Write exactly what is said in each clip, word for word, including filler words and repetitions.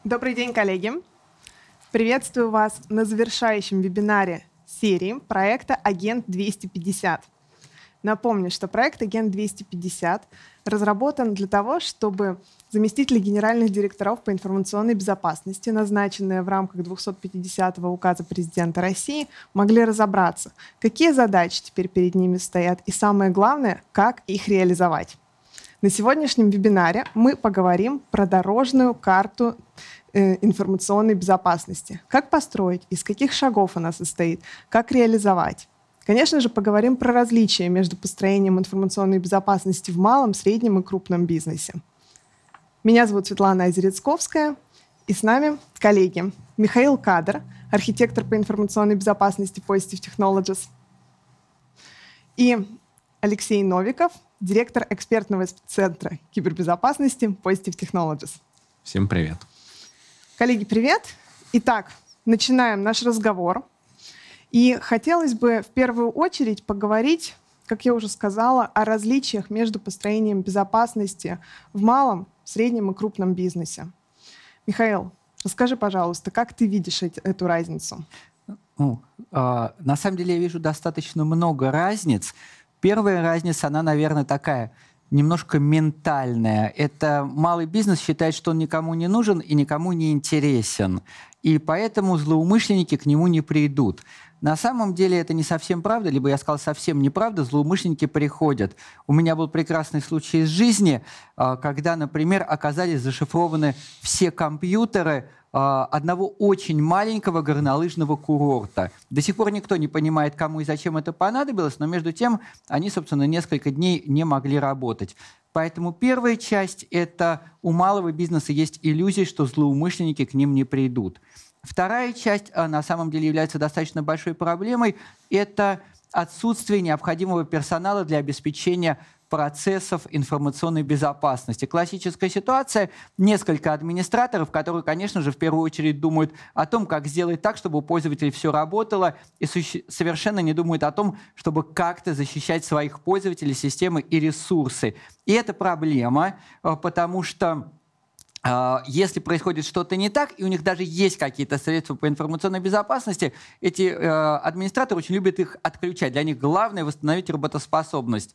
Добрый день, коллеги! Приветствую вас на завершающем вебинаре серии проекта «Агент двести пятьдесят». Напомню, что проект «Агент двести пятьдесят» разработан для того, чтобы заместители генеральных директоров по информационной безопасности, назначенные в рамках двухсот пятидесятого указа президента России, могли разобраться, какие задачи теперь перед ними стоят и, самое главное, как их реализовать. На сегодняшнем вебинаре мы поговорим про дорожную карту э, информационной безопасности. Как построить, из каких шагов она состоит, как реализовать. Конечно же, поговорим про различия между построением информационной безопасности в малом, среднем и крупном бизнесе. Меня зовут Светлана Озерецковская, и с нами коллеги Михаил Кадр, архитектор по информационной безопасности Positive Technologies, и Алексей Новиков, директор экспертного центра кибербезопасности Positive Technologies. Всем привет. Коллеги, привет. Итак, начинаем наш разговор. И хотелось бы в первую очередь поговорить, как я уже сказала, о различиях между построением безопасности в малом, среднем и крупном бизнесе. Михаил, расскажи, пожалуйста, как ты видишь эту разницу? Ну, э, на самом деле я вижу достаточно много разниц. Первая разница, она, наверное, такая немножко ментальная. Это малый бизнес считает, что он никому не нужен и никому не интересен. И поэтому злоумышленники к нему не придут. На самом деле это не совсем правда, либо я сказал совсем неправда, злоумышленники приходят. У меня был прекрасный случай из жизни, когда, например, оказались зашифрованы все компьютеры одного очень маленького горнолыжного курорта. До сих пор никто не понимает, кому и зачем это понадобилось, но между тем они, собственно, несколько дней не могли работать. Поэтому первая часть – это у малого бизнеса есть иллюзия, что злоумышленники к ним не придут. Вторая часть, на самом деле, является достаточно большой проблемой – это отсутствие необходимого персонала для обеспечения процессов информационной безопасности. Классическая ситуация – несколько администраторов, которые, конечно же, в первую очередь думают о том, как сделать так, чтобы у пользователей все работало, и совершенно не думают о том, чтобы как-то защищать своих пользователей, системы и ресурсы. И это проблема, потому что если происходит что-то не так, и у них даже есть какие-то средства по информационной безопасности, эти э, администраторы очень любят их отключать. Для них главное восстановить работоспособность.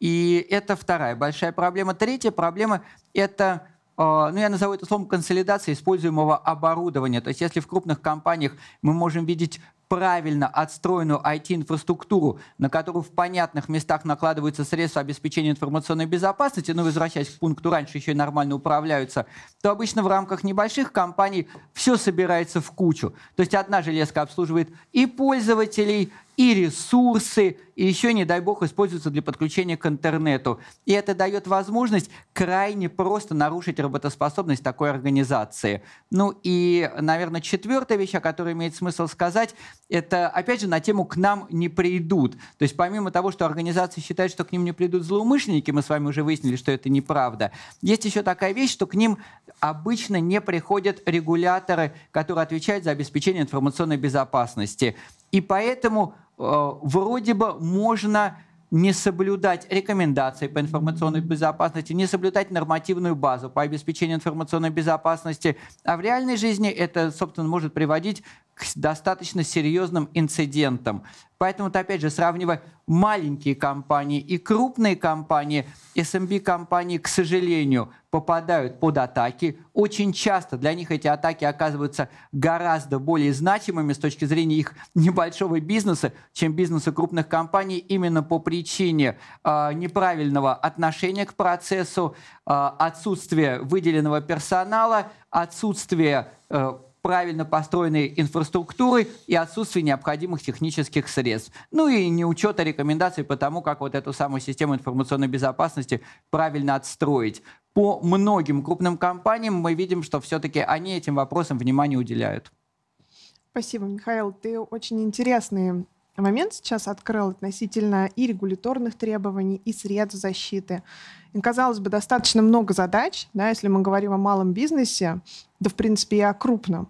И это вторая большая проблема. Третья проблема – это, э, ну, я назову это словом, консолидация используемого оборудования. То есть если в крупных компаниях мы можем видеть правильно отстроенную ай ти-инфраструктуру, на которую в понятных местах накладываются средства обеспечения информационной безопасности, ну, возвращаясь к пункту раньше, еще и нормально управляются, то обычно в рамках небольших компаний все собирается в кучу. То есть одна железка обслуживает и пользователей, и ресурсы, и еще, не дай бог, используются для подключения к интернету. И это дает возможность крайне просто нарушить работоспособность такой организации. Ну и, наверное, четвертая вещь, о которой имеет смысл сказать, это, опять же, на тему «к нам не придут». То есть помимо того, что организации считают, что к ним не придут злоумышленники, мы с вами уже выяснили, что это неправда, есть еще такая вещь, что к ним обычно не приходят регуляторы, которые отвечают за обеспечение информационной безопасности. И поэтому э, вроде бы можно не соблюдать рекомендации по информационной безопасности, не соблюдать нормативную базу по обеспечению информационной безопасности, а в реальной жизни это, собственно, может приводить к достаточно серьезным инцидентам. Поэтому, опять же, сравнивая маленькие компании и крупные компании, эс эм би-компании, к сожалению, попадают под атаки. Очень часто для них эти атаки оказываются гораздо более значимыми с точки зрения их небольшого бизнеса, чем бизнеса крупных компаний, именно по причине э, неправильного отношения к процессу, э, отсутствия выделенного персонала, отсутствия э, правильно построенной инфраструктуры и отсутствие необходимых технических средств. Ну и неучета рекомендаций по тому, как вот эту самую систему информационной безопасности правильно отстроить. По многим крупным компаниям мы видим, что все-таки они этим вопросам внимания уделяют. Спасибо, Михаил. Ты очень интересный момент сейчас открыл относительно и регуляторных требований, и средств защиты. И, казалось бы, достаточно много задач, да, если мы говорим о малом бизнесе, да, в принципе, и о крупном,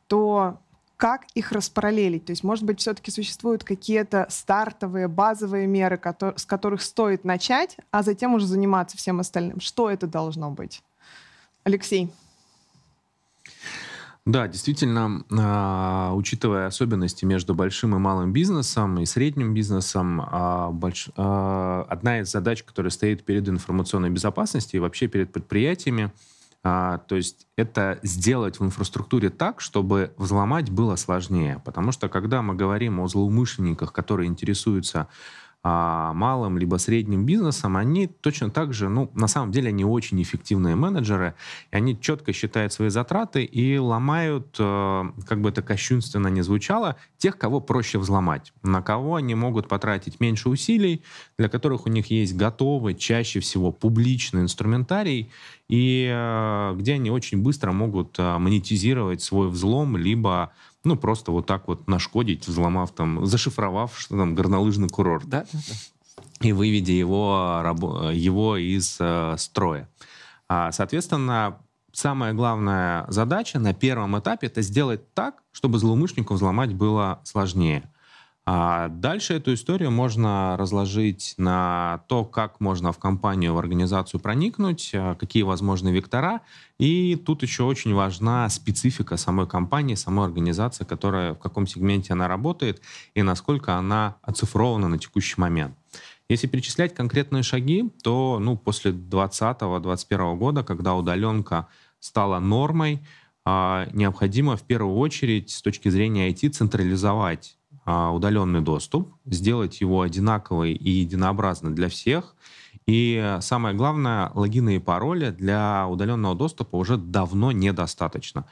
то как их распараллелить? То есть, может быть, все-таки существуют какие-то стартовые, базовые меры, с которых стоит начать, а затем уже заниматься всем остальным. Что это должно быть? Алексей. Да, действительно, а, учитывая особенности между большим и малым бизнесом и средним бизнесом, а, больш- а, одна из задач, которая стоит перед информационной безопасностью и вообще перед предприятиями, а, то есть это сделать в инфраструктуре так, чтобы взломать было сложнее. Потому что когда мы говорим о злоумышленниках, которые интересуются а, малым либо средним бизнесом, они точно так же, ну, на самом деле, они очень эффективные менеджеры, и они четко считают свои затраты и ломают, э, как бы это кощунственно ни звучало, тех, кого проще взломать, на кого они могут потратить меньше усилий, для которых у них есть готовый, чаще всего публичный инструментарий, и э, где они очень быстро могут э, монетизировать свой взлом, либо ну, просто вот так вот нашкодить, взломав там, зашифровав, что там, горнолыжный курорт. Да, да, да. И выведя его, рабо- его из э, строя. А, соответственно, самая главная задача на первом этапе — это сделать так, чтобы злоумышленнику взломать было сложнее. А дальше эту историю можно разложить на то, как можно в компанию, в организацию проникнуть, а, какие возможны вектора. И тут еще очень важна специфика самой компании, самой организации, которая, в каком сегменте она работает и насколько она оцифрована на текущий момент. Если перечислять конкретные шаги, то ну, после двадцатого-двадцать первого года, когда удаленка стала нормой, а, необходимо в первую очередь с точки зрения ай ти централизовать а, удаленный доступ, сделать его одинаковый и единообразный для всех. И э, самое главное, логины и пароли для удаленного доступа уже давно недостаточно.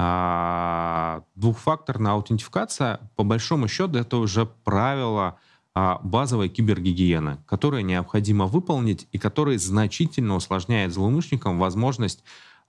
А, Двухфакторная аутентификация, по большому счету, это уже правило а, базовой кибергигиены, которые необходимо выполнить и которые значительно усложняет злоумышленникам возможность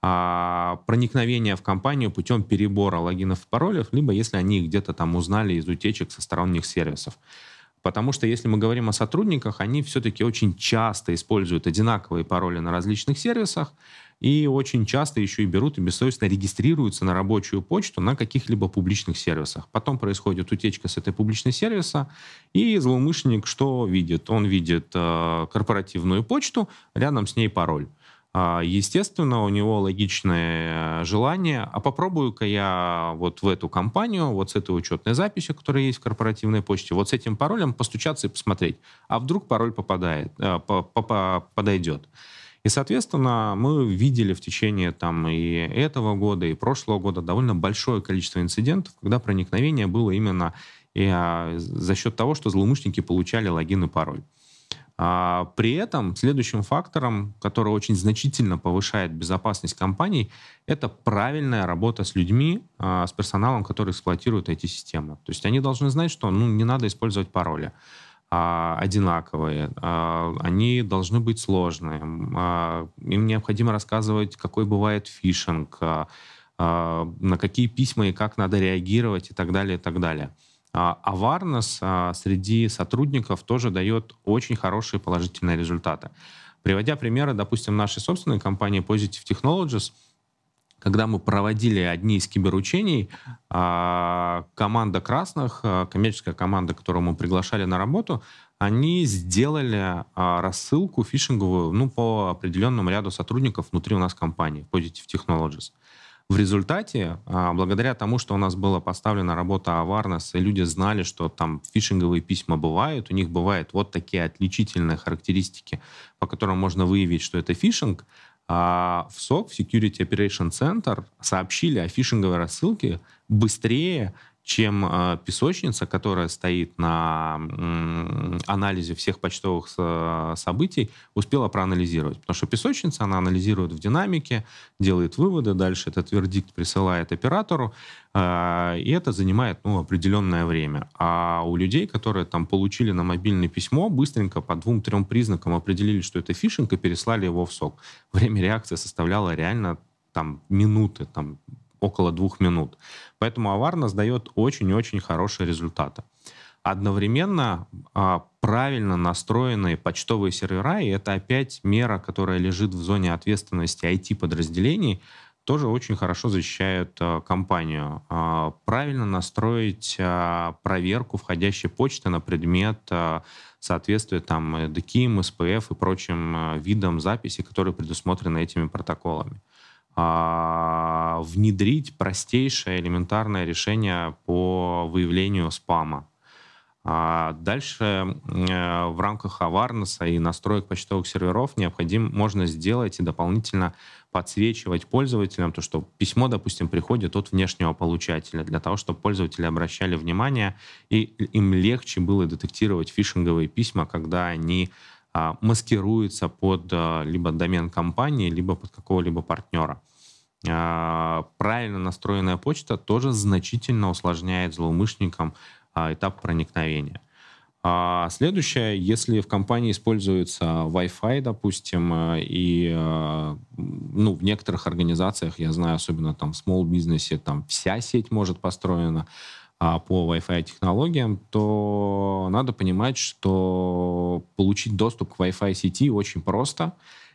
а, проникновения в компанию путем перебора логинов и паролей, либо если они их где-то там узнали из утечек со сторонних сервисов. Потому что если мы говорим о сотрудниках, они все-таки очень часто используют одинаковые пароли на различных сервисах и очень часто еще и берут и бессовестно регистрируются на рабочую почту на каких-либо публичных сервисах. Потом происходит утечка с этой публичной сервиса, и злоумышленник что видит? Он видит э, корпоративную почту, рядом с ней пароль. А, Естественно, у него логичное желание, а попробую-ка я вот в эту компанию, вот с этой учетной записью, которая есть в корпоративной почте, вот с этим паролем постучаться и посмотреть, а вдруг пароль попадает, э, по- по- подойдет. И, соответственно, мы видели в течение там, и этого года, и прошлого года довольно большое количество инцидентов, когда проникновение было именно и, а, за счет того, что злоумышленники получали логин и пароль. А, При этом следующим фактором, который очень значительно повышает безопасность компаний, это правильная работа с людьми, а, с персоналом, который эксплуатирует эти системы. То есть они должны знать, что ну, не надо использовать пароли а, одинаковые, а, они должны быть сложные, а, им необходимо рассказывать, какой бывает фишинг, а, а, на какие письма и как надо реагировать и так далее, и так далее. А awareness а, среди сотрудников тоже дает очень хорошие положительные результаты. Приводя примеры, допустим, нашей собственной компании Positive Technologies, когда мы проводили одни из киберучений, а, команда красных, а, коммерческая команда, которую мы приглашали на работу, они сделали а, рассылку фишинговую ну, по определенному ряду сотрудников внутри у нас компании Positive Technologies. В результате, а, благодаря тому, что у нас была поставлена работа awareness, и люди знали, что там фишинговые письма бывают, у них бывают вот такие отличительные характеристики, по которым можно выявить, что это фишинг, а в сок, в Security Operation Center, сообщили о фишинговой рассылке быстрее, чем э, песочница, которая стоит на м, анализе всех почтовых со- событий, успела проанализировать. Потому что песочница, она анализирует в динамике, делает выводы, дальше этот вердикт присылает оператору, э, и это занимает ну, определенное время. А у людей, которые там получили на мобильное письмо, быстренько по двум-трем признакам определили, что это фишинг, и переслали его в сок. Время реакции составляло реально там, минуты, там, около двух минут. Поэтому awareness дает очень-очень хорошие результаты. Одновременно а, правильно настроенные почтовые сервера, и это опять мера, которая лежит в зоне ответственности ай ти-подразделений, тоже очень хорошо защищают а, компанию. А, правильно настроить а, проверку входящей почты на предмет а, соответствия там, ди кей эм, эс пи эф и прочим а, видам записи, которые предусмотрены этими протоколами. а, внедрить простейшее элементарное решение по выявлению спама. А дальше э, в рамках аварнеса и настроек почтовых серверов необходимо, можно сделать и дополнительно подсвечивать пользователям то, что письмо, допустим, приходит от внешнего получателя, для того, чтобы пользователи обращали внимание и им легче было детектировать фишинговые письма, когда они а, маскируются под а, либо домен компании, либо под какого-либо партнера. А, правильно настроенная почта тоже значительно усложняет злоумышленникам этап проникновения. А следующее, если в компании используется Wi-Fi, допустим, и ну, в некоторых организациях, я знаю, особенно там в small бизнесе, там вся сеть может построена а, по Wi-Fi технологиям, то надо понимать, что получить доступ к Wi-Fi сети очень просто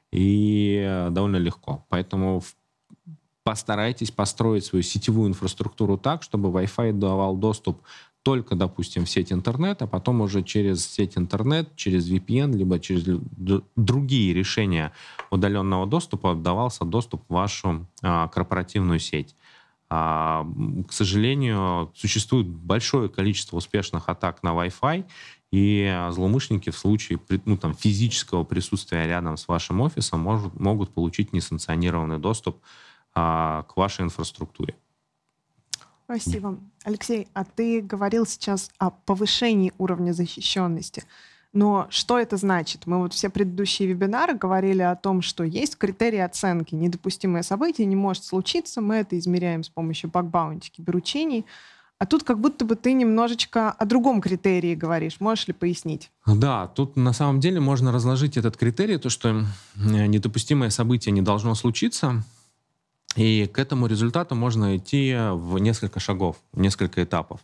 и довольно легко. Поэтому постарайтесь построить свою сетевую инфраструктуру так, чтобы Wi-Fi давал доступ только, допустим, в сеть интернет, а потом уже через сеть интернет, через ви пи эн, либо через другие решения удаленного доступа отдавался доступ в вашу а, корпоративную сеть. А, к сожалению, существует большое количество успешных атак на Wi-Fi, и злоумышленники в случае ну, там, физического присутствия рядом с вашим офисом может, могут получить несанкционированный доступ а, к вашей инфраструктуре. Спасибо. Алексей, а ты говорил сейчас о повышении уровня защищенности. Но что это значит? Мы вот все предыдущие вебинары говорили о том, что есть критерии оценки. Недопустимое событие не может случиться. Мы это измеряем с помощью баг-баунти, киберучений. А тут как будто бы ты немножечко о другом критерии говоришь. Можешь ли пояснить? Да, тут на самом деле можно разложить этот критерий, то, что недопустимое событие не должно случиться. И к этому результату можно идти в несколько шагов, в несколько этапов.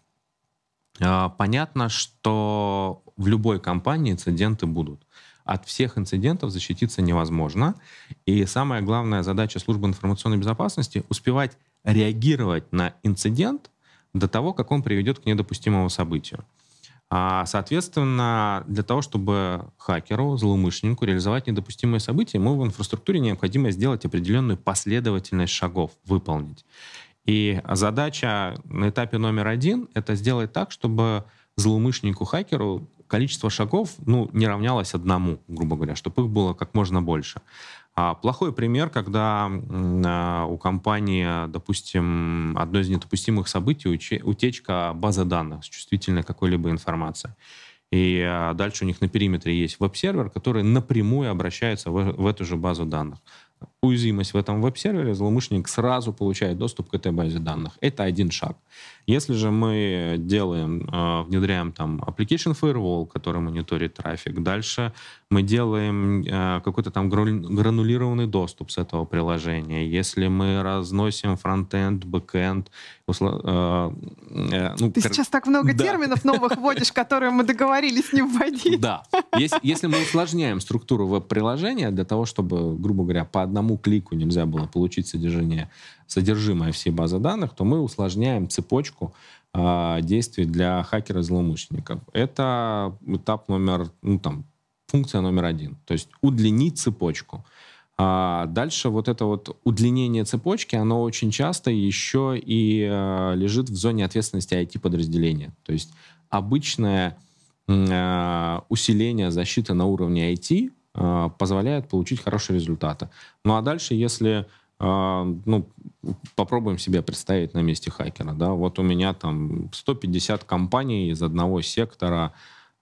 Понятно, что в любой компании инциденты будут. От всех инцидентов защититься невозможно. И самая главная задача службы информационной безопасности — успевать реагировать на инцидент до того, как он приведет к недопустимому событию. Соответственно, для того, чтобы хакеру, злоумышленнику реализовать недопустимые события, ему в инфраструктуре необходимо сделать определенную последовательность шагов, выполнить. И задача на этапе номер один — это сделать так, чтобы злоумышленнику-хакеру количество шагов ну, не равнялось одному, грубо говоря, чтобы их было как можно больше. А плохой пример, когда а, у компании, допустим, одно из недопустимых событий — утечка базы данных с чувствительной какой-либо информацией. И а, дальше у них на периметре есть веб-сервер, который напрямую обращается в, в эту же базу данных. Уязвимость в этом веб-сервере, злоумышленник сразу получает доступ к этой базе данных. Это один шаг. Если же мы делаем, внедряем там application firewall, который мониторит трафик, дальше мы делаем какой-то там гранулированный доступ с этого приложения, если мы разносим фронтенд, бэкенд. Ну, Ты сейчас так много да. терминов новых вводишь, которые мы договорились не вводить. Да. Если, если мы усложняем структуру веб-приложения для того, чтобы, грубо говоря, по одному клику нельзя было получить содержание, содержимое всей базы данных, то мы усложняем цепочку э, действий для хакера-злоумышленников. Это этап номер, ну там, функция номер один. То есть удлинить цепочку. А дальше вот это вот удлинение цепочки, оно очень часто еще и э, лежит в зоне ответственности ай ти-подразделения. То есть обычное э, усиление защиты на уровне ай ти э, позволяет получить хорошие результаты. Ну а дальше, если э, ну, попробуем себе представить на месте хакера, да, вот у меня там сто пятьдесят компаний из одного сектора,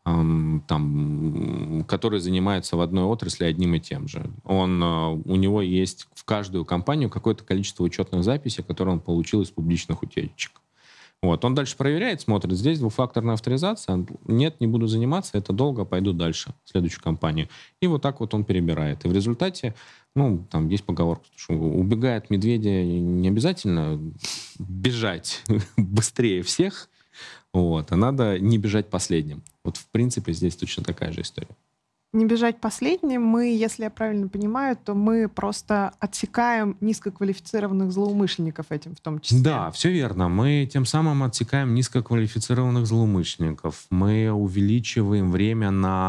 там, который занимается в одной отрасли одним и тем же. Он, у него есть в каждую компанию какое-то количество учетных записей, которые он получил из публичных утечек. Вот. Он дальше проверяет, смотрит, здесь двухфакторная авторизация, нет, не буду заниматься, это долго, пойду дальше, в следующую компанию. И вот так вот он перебирает. И в результате, ну, там есть поговорка, что убегает медведя не обязательно бежать быстрее всех, вот, а надо не бежать последним. Вот, в принципе, здесь точно такая же история. Не бежать последним, мы, если я правильно понимаю, то мы просто отсекаем низкоквалифицированных злоумышленников этим в том числе. Да, все верно. Мы тем самым отсекаем низкоквалифицированных злоумышленников. Мы увеличиваем время на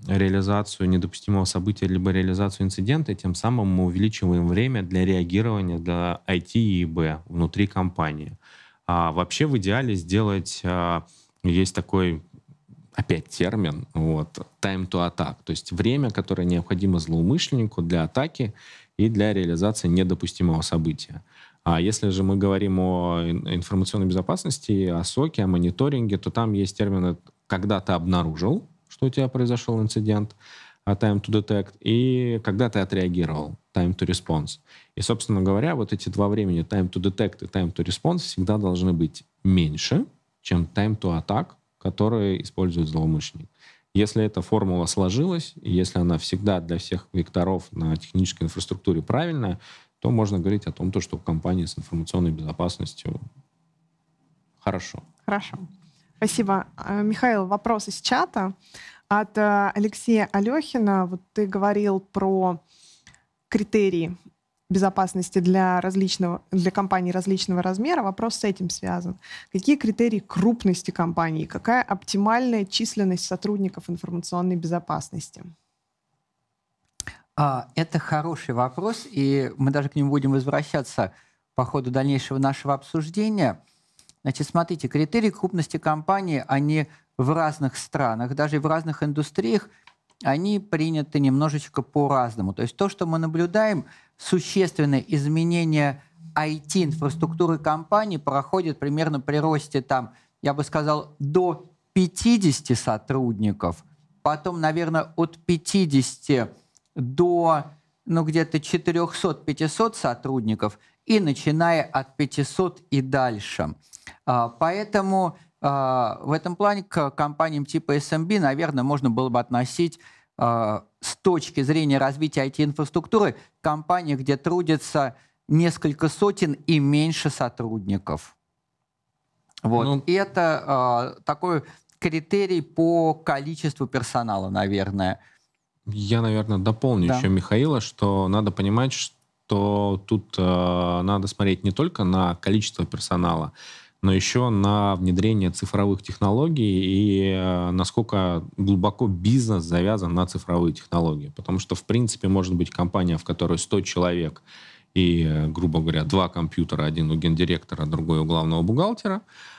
реализацию недопустимого события либо реализацию инцидента, и тем самым мы увеличиваем время для реагирования для ай ти и и би внутри компании. А вообще в идеале сделать, а, есть такой, опять термин, вот, time to attack, то есть время, которое необходимо злоумышленнику для атаки и для реализации недопустимого события. А если же мы говорим о информационной безопасности, о соке, о мониторинге, то там есть термины, когда ты обнаружил, что у тебя произошел инцидент, time to detect, и когда ты отреагировал, time to response. И, собственно говоря, вот эти два времени, time to detect и time to response, всегда должны быть меньше, чем time to attack, который использует злоумышленник. Если эта формула сложилась, и если она всегда для всех векторов на технической инфраструктуре правильная, то можно говорить о том, что у компании с информационной безопасностью хорошо. Хорошо. Спасибо. Михаил, вопрос из чата от Алексея Алехина. Вот ты говорил про критерии безопасности для, различного, для компаний различного размера. Вопрос с этим связан. Какие критерии крупности компании? Какая оптимальная численность сотрудников информационной безопасности? Это хороший вопрос, и мы даже к нему будем возвращаться по ходу дальнейшего нашего обсуждения. Значит, смотрите, критерии крупности компании, они в разных странах, даже в разных индустриях, они приняты немножечко по-разному. То есть то, что мы наблюдаем, существенное изменение ай ти-инфраструктуры компании проходит примерно при росте, там, я бы сказал, до пятидесяти сотрудников, потом, наверное, от пятидесяти до ну, где-то четырёхсот-пятисот сотрудников и начиная от пятисот и дальше. Поэтому в этом плане к компаниям типа эс эм би, наверное, можно было бы относить с точки зрения развития ай ти-инфраструктуры компании, где трудятся несколько сотен и меньше сотрудников. Вот. Ну, и это такой критерий по количеству персонала, наверное. Я, наверное, дополню да. еще Михаила, что надо понимать, что тут э, надо смотреть не только на количество персонала, но еще на внедрение цифровых технологий и э, насколько глубоко бизнес завязан на цифровые технологии. Потому что, в принципе, может быть компания, в которой сто человек и, грубо говоря, два компьютера, один у гендиректора, другой у главного бухгалтера.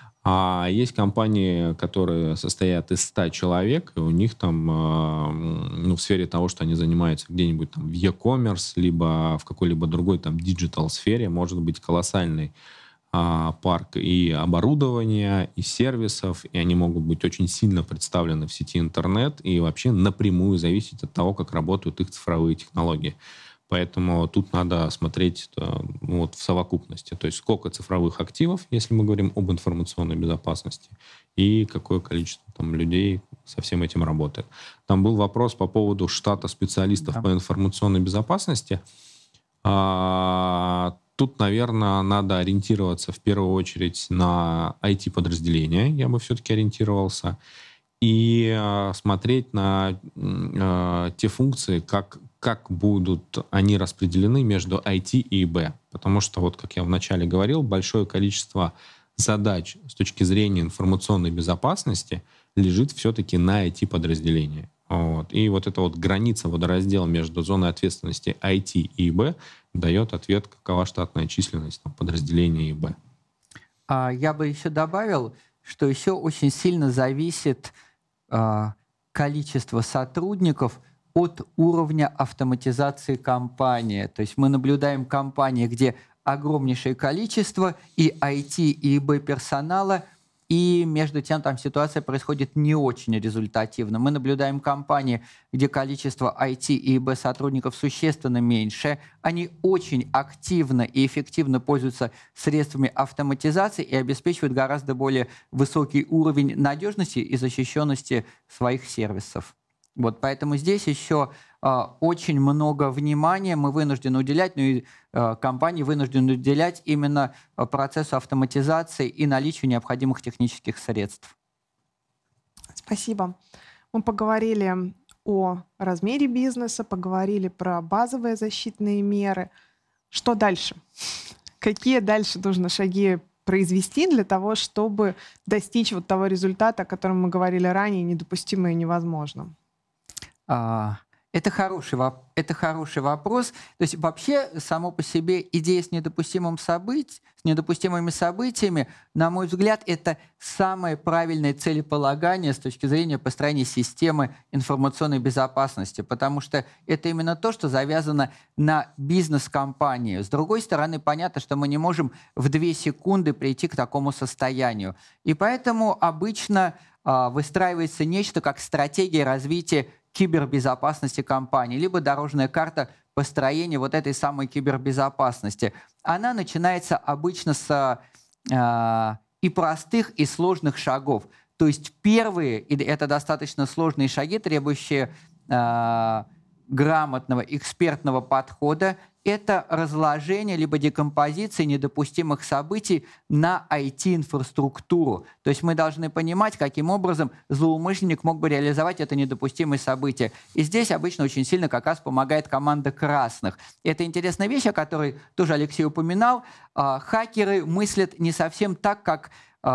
А есть компании, которые состоят из ста человек, и у них там, ну, в сфере того, что они занимаются где-нибудь там в e-commerce, либо в какой-либо другой там диджитал-сфере, может быть колоссальный а, парк и оборудования, и сервисов, и они могут быть очень сильно представлены в сети интернет и вообще напрямую зависеть от того, как работают их цифровые технологии. Поэтому тут надо смотреть ну, вот, в совокупности. То есть сколько цифровых активов, если мы говорим об информационной безопасности, и какое количество там, людей со всем этим работает. Там был вопрос по поводу штата специалистов да. по информационной безопасности. А, тут, наверное, надо ориентироваться в первую очередь на ай ти-подразделения. Я бы все-таки ориентировался. И э, смотреть на э, те функции, как, как будут они распределены между ай ти и и би. Потому что, вот как я вначале говорил, большое количество задач с точки зрения информационной безопасности лежит все-таки на ай ти-подразделении. Вот. И вот эта вот граница, водораздел между зоной ответственности ай ти и и би дает ответ, какова штатная численность там, подразделения и и би. А я бы еще добавил, что еще очень сильно зависит э, количество сотрудников от уровня автоматизации компании. То есть мы наблюдаем компании, где огромнейшее количество и ай ти, и и би персонала, и между тем там ситуация происходит не очень результативно. Мы наблюдаем компании, где количество ай ти и и би сотрудников существенно меньше. Они очень активно и эффективно пользуются средствами автоматизации и обеспечивают гораздо более высокий уровень надежности и защищенности своих сервисов. Вот, поэтому здесь еще э, очень много внимания мы вынуждены уделять, ну и э, компании вынуждены уделять именно э, процессу автоматизации и наличию необходимых технических средств. Спасибо. Мы поговорили о размере бизнеса, поговорили про базовые защитные меры. Что дальше? Какие дальше нужно шаги произвести для того, чтобы достичь вот того результата, о котором мы говорили ранее, недопустимо и невозможно? А, Это хороший, воп- это хороший вопрос. То есть вообще само по себе идея с, недопустимым событи- с недопустимыми событиями, на мой взгляд, это самое правильное целеполагание с точки зрения построения системы информационной безопасности, потому что это именно то, что завязано на бизнес-компанию. С другой стороны, понятно, что мы не можем в две секунды прийти к такому состоянию. И поэтому обычно а, выстраивается нечто как стратегия развития кибербезопасности компании, либо дорожная карта построения вот этой самой кибербезопасности. Она начинается обычно с э, и простых, и сложных шагов. То есть первые, и это достаточно сложные шаги, требующие э, грамотного, экспертного подхода, это разложение либо декомпозиция недопустимых событий на ай ти-инфраструктуру. То есть мы должны понимать, каким образом злоумышленник мог бы реализовать это недопустимое событие. И здесь обычно очень сильно как раз помогает команда красных. Это интересная вещь, о которой тоже Алексей упоминал. Хакеры мыслят не совсем так, как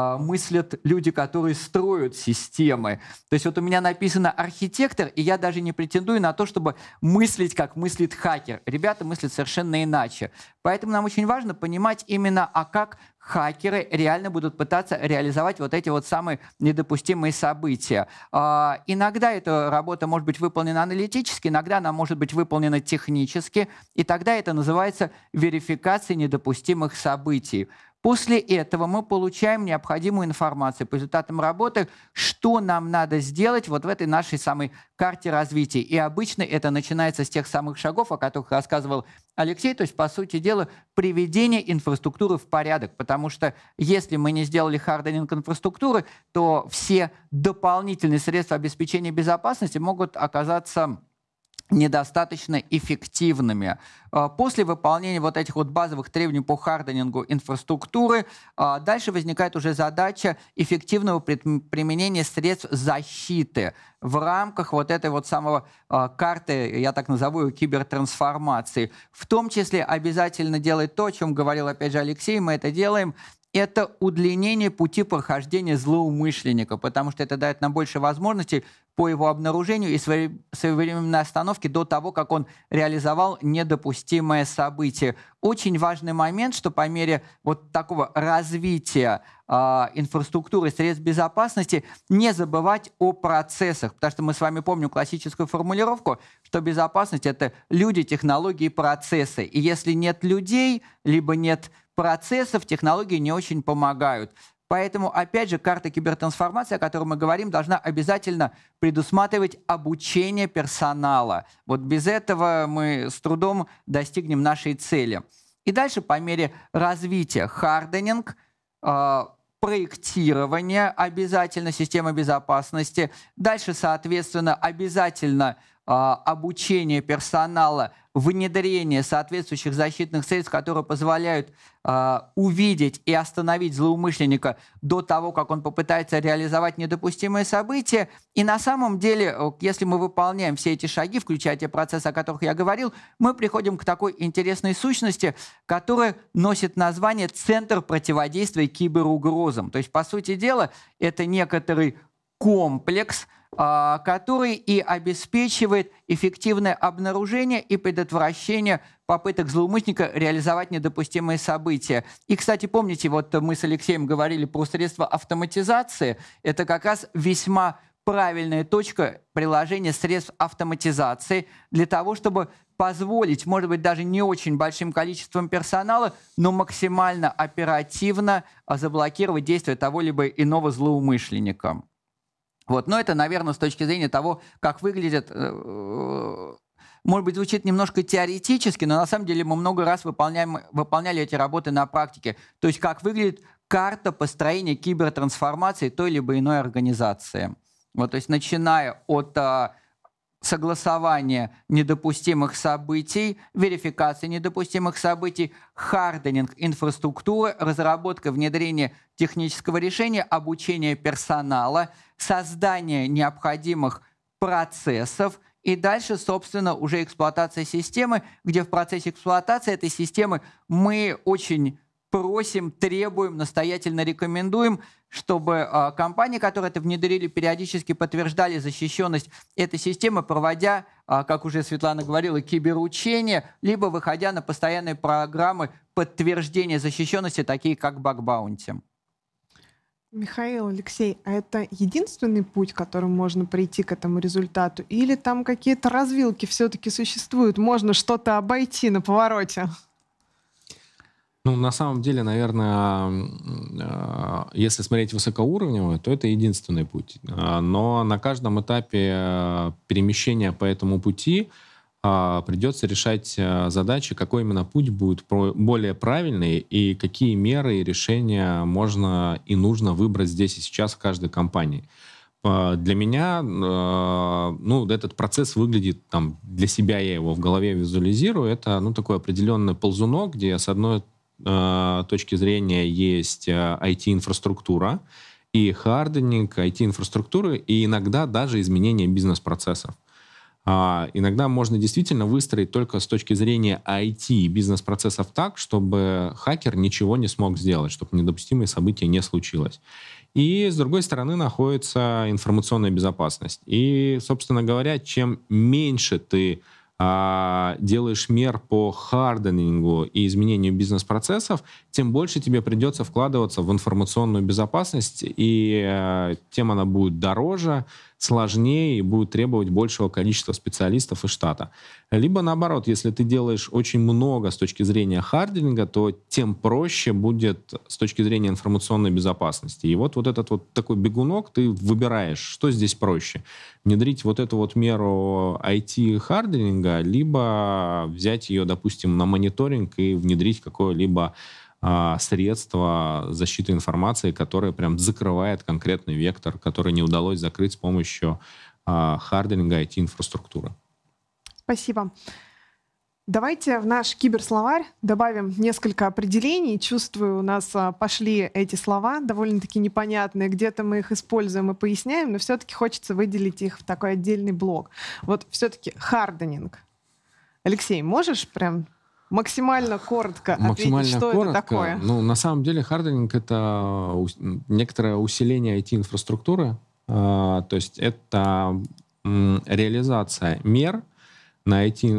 мыслят люди, которые строят системы. То есть вот у меня написано «архитектор», и я даже не претендую на то, чтобы мыслить, как мыслит хакер. Ребята мыслят совершенно иначе. Поэтому нам очень важно понимать именно, а как хакеры реально будут пытаться реализовать вот эти вот самые недопустимые события. А, иногда эта работа может быть выполнена аналитически, иногда она может быть выполнена технически, и тогда это называется верификацией недопустимых событий. После этого мы получаем необходимую информацию по результатам работы, что нам надо сделать вот в этой нашей самой карте развития. И обычно это начинается с тех самых шагов, о которых рассказывал Алексей, то есть, по сути дела, приведение инфраструктуры в порядок. Потому что если мы не сделали харденинг инфраструктуры, то все дополнительные средства обеспечения безопасности могут оказаться недостаточно эффективными. После выполнения вот этих вот базовых требований по харденингу инфраструктуры дальше возникает уже задача эффективного применения средств защиты в рамках вот этой вот самого карты, я так назову ее, кибертрансформации. В том числе обязательно делать то, о чем говорил опять же Алексей, мы это делаем, это удлинение пути прохождения злоумышленника, потому что это дает нам больше возможностей по его обнаружению и своевременной остановке до того, как он реализовал недопустимое событие. Очень важный момент, что по мере вот такого развития э, инфраструктуры средств безопасности не забывать о процессах, потому что мы с вами помним классическую формулировку, что безопасность — это люди, технологии, процессы. И если нет людей, либо нет процессов, технологии не очень помогают. Поэтому, опять же, карта кибертрансформации, о которой мы говорим, должна обязательно предусматривать обучение персонала. Вот без этого мы с трудом достигнем нашей цели. И дальше, по мере развития, харденинг, э, проектирование обязательно, системы безопасности. Дальше, соответственно, обязательно э, обучение персонала, внедрение соответствующих защитных средств, которые позволяют э, увидеть и остановить злоумышленника до того, как он попытается реализовать недопустимые события. И на самом деле, если мы выполняем все эти шаги, включая те процессы, о которых я говорил, мы приходим к такой интересной сущности, которая носит название «Центр противодействия киберугрозам». То есть, по сути дела, это некоторый комплекс, который и обеспечивает эффективное обнаружение и предотвращение попыток злоумышленника реализовать недопустимые события. И, кстати, помните, вот мы с Алексеем говорили про средства автоматизации. Это как раз весьма правильная точка приложения средств автоматизации для того, чтобы позволить, может быть, даже не очень большим количеством персонала, но максимально оперативно заблокировать действия того либо иного злоумышленника. Вот. Но это, наверное, с точки зрения того, как выглядит, э, может быть, звучит немножко теоретически, но на самом деле мы много раз выполняем, выполняли эти работы на практике. То есть как выглядит карта построения кибертрансформации той либо иной организации. Вот, то есть начиная от э, согласования недопустимых событий, верификации недопустимых событий, харденинг инфраструктуры, разработка, внедрение технического решения, обучение персонала, создание необходимых процессов и дальше, собственно, уже эксплуатация системы, где в процессе эксплуатации этой системы мы очень просим, требуем, настоятельно рекомендуем, чтобы э, компании, которые это внедрили, периодически подтверждали защищенность этой системы, проводя, э, как уже Светлана говорила, киберучения, либо выходя на постоянные программы подтверждения защищенности, такие как баг-баунти. Михаил, Алексей, а это единственный путь, которым можно прийти к этому результату? Или там какие-то развилки все-таки существуют? Можно что-то обойти на повороте? Ну, на самом деле, наверное, если смотреть высокоуровнево, то это единственный путь. Но на каждом этапе перемещения по этому пути придется решать задачи, какой именно путь будет более правильный и какие меры и решения можно и нужно выбрать здесь и сейчас в каждой компании. Для меня ну, этот процесс выглядит, там, для себя я его в голове визуализирую, это ну, такой определенный ползунок, где с одной точки зрения есть ай ти-инфраструктура и харденинг ай ти-инфраструктуры, и иногда даже изменение бизнес-процессов. А, иногда можно действительно выстроить только с точки зрения ай ти бизнес-процессов так, чтобы хакер ничего не смог сделать, чтобы недопустимые события не случилось. И, с другой стороны, находится информационная безопасность. И, собственно говоря, чем меньше ты а, делаешь мер по харденингу и изменению бизнес-процессов, тем больше тебе придется вкладываться в информационную безопасность, и а, тем она будет дороже, сложнее и будет требовать большего количества специалистов и штата. Либо наоборот, если ты делаешь очень много с точки зрения хардинга, то тем проще будет с точки зрения информационной безопасности. И вот, вот этот вот такой бегунок ты выбираешь, что здесь проще. Внедрить вот эту вот меру ай ти-хардинга, либо взять ее, допустим, на мониторинг и внедрить какое-либо средства защиты информации, которое прям закрывает конкретный вектор, который не удалось закрыть с помощью а, харденинга ай ти-инфраструктуры. Спасибо. Давайте в наш киберсловарь добавим несколько определений. Чувствую, у нас а, пошли эти слова, довольно-таки непонятные. Где-то мы их используем и поясняем, но все-таки хочется выделить их в такой отдельный блок. Вот все-таки харденинг. Алексей, можешь прям максимально коротко Максимально ответить, что коротко, это такое? Ну, на самом деле, харденинг — это некоторое усиление ай ти-инфраструктуры. То есть это реализация мер на ай ти,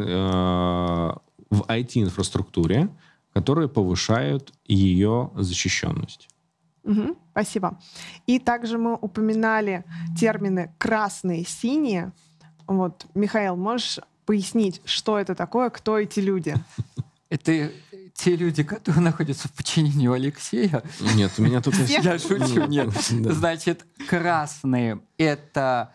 в ай ти-инфраструктуре, которые повышают ее защищенность. Угу, спасибо. И также мы упоминали термины «красные», «синие». Вот, Михаил, можешь пояснить, что это такое, кто эти люди? Это те люди, которые находятся в подчинении у Алексея. Нет, у меня тут... Я шучу, нет. Значит, красные — это...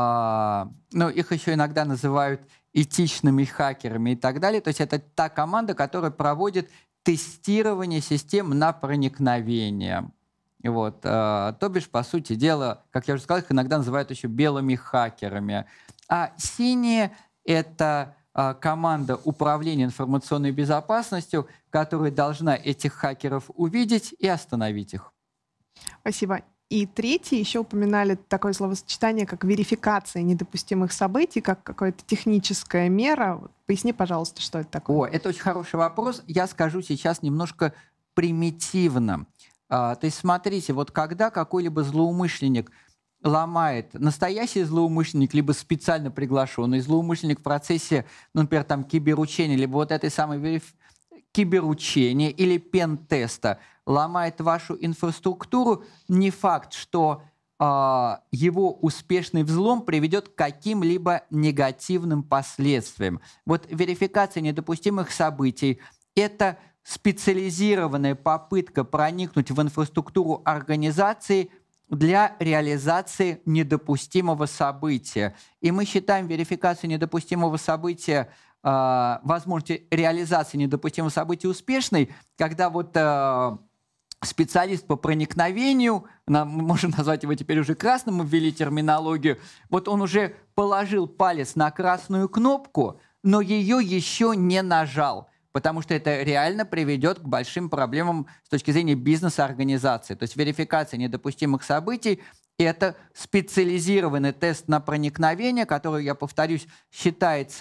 Ну, их еще иногда называют этичными хакерами и так далее. То есть это та команда, которая проводит тестирование систем на проникновение. Вот. То бишь, по сути дела, как я уже сказал, их иногда называют еще белыми хакерами. А синие — это а, команда управления информационной безопасностью, которая должна этих хакеров увидеть и остановить их. Спасибо. И третье, еще упоминали такое словосочетание, как верификация недопустимых событий, как какая-то техническая мера. Поясни, пожалуйста, что это такое. О, это очень хороший вопрос. Я скажу сейчас немножко примитивно. А, то есть смотрите, вот когда какой-либо злоумышленник ломает, настоящий злоумышленник, либо специально приглашенный злоумышленник в процессе, ну, например, там, киберучения, либо вот этой самой вериф... киберучения или пен-теста, ломает вашу инфраструктуру, не факт, что э, его успешный взлом приведет к каким-либо негативным последствиям. Вот верификация недопустимых событий — это специализированная попытка проникнуть в инфраструктуру организации для реализации недопустимого события. И мы считаем верификацию недопустимого события, э, возможности реализации недопустимого события успешной, когда вот э, специалист по проникновению, мы можем назвать его теперь уже красным, мы ввели терминологию, вот он уже положил палец на красную кнопку, но ее еще не нажал, потому что это реально приведет к большим проблемам с точки зрения бизнеса организации. То есть верификация недопустимых событий — это специализированный тест на проникновение, который, я повторюсь, считается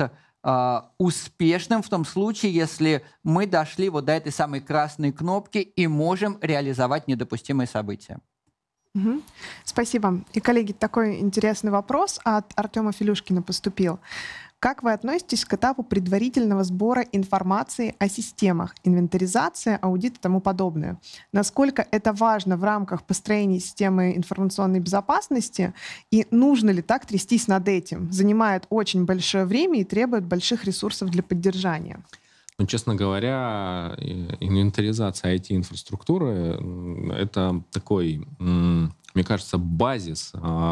э, успешным в том случае, если мы дошли вот до этой самой красной кнопки и можем реализовать недопустимые события. Угу. Спасибо. И, коллеги, такой интересный вопрос от Артема Филюшкина поступил. Как вы относитесь к этапу предварительного сбора информации о системах, инвентаризация, аудит и тому подобное? Насколько это важно в рамках построения системы информационной безопасности? И нужно ли так трястись над этим? Занимает очень большое время и требует больших ресурсов для поддержания. Ну, честно говоря, инвентаризация ай ти-инфраструктуры — это такой, мне кажется, базис.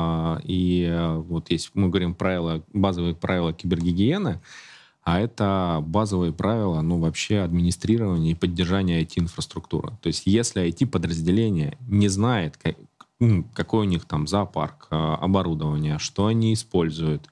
И вот есть, мы говорим, правила, базовые правила кибергигиены, а это базовые правила, ну, вообще администрирования и поддержания ай ти-инфраструктуры. То есть если ай ти-подразделение не знает, какой у них там зоопарк, оборудование, что они используют,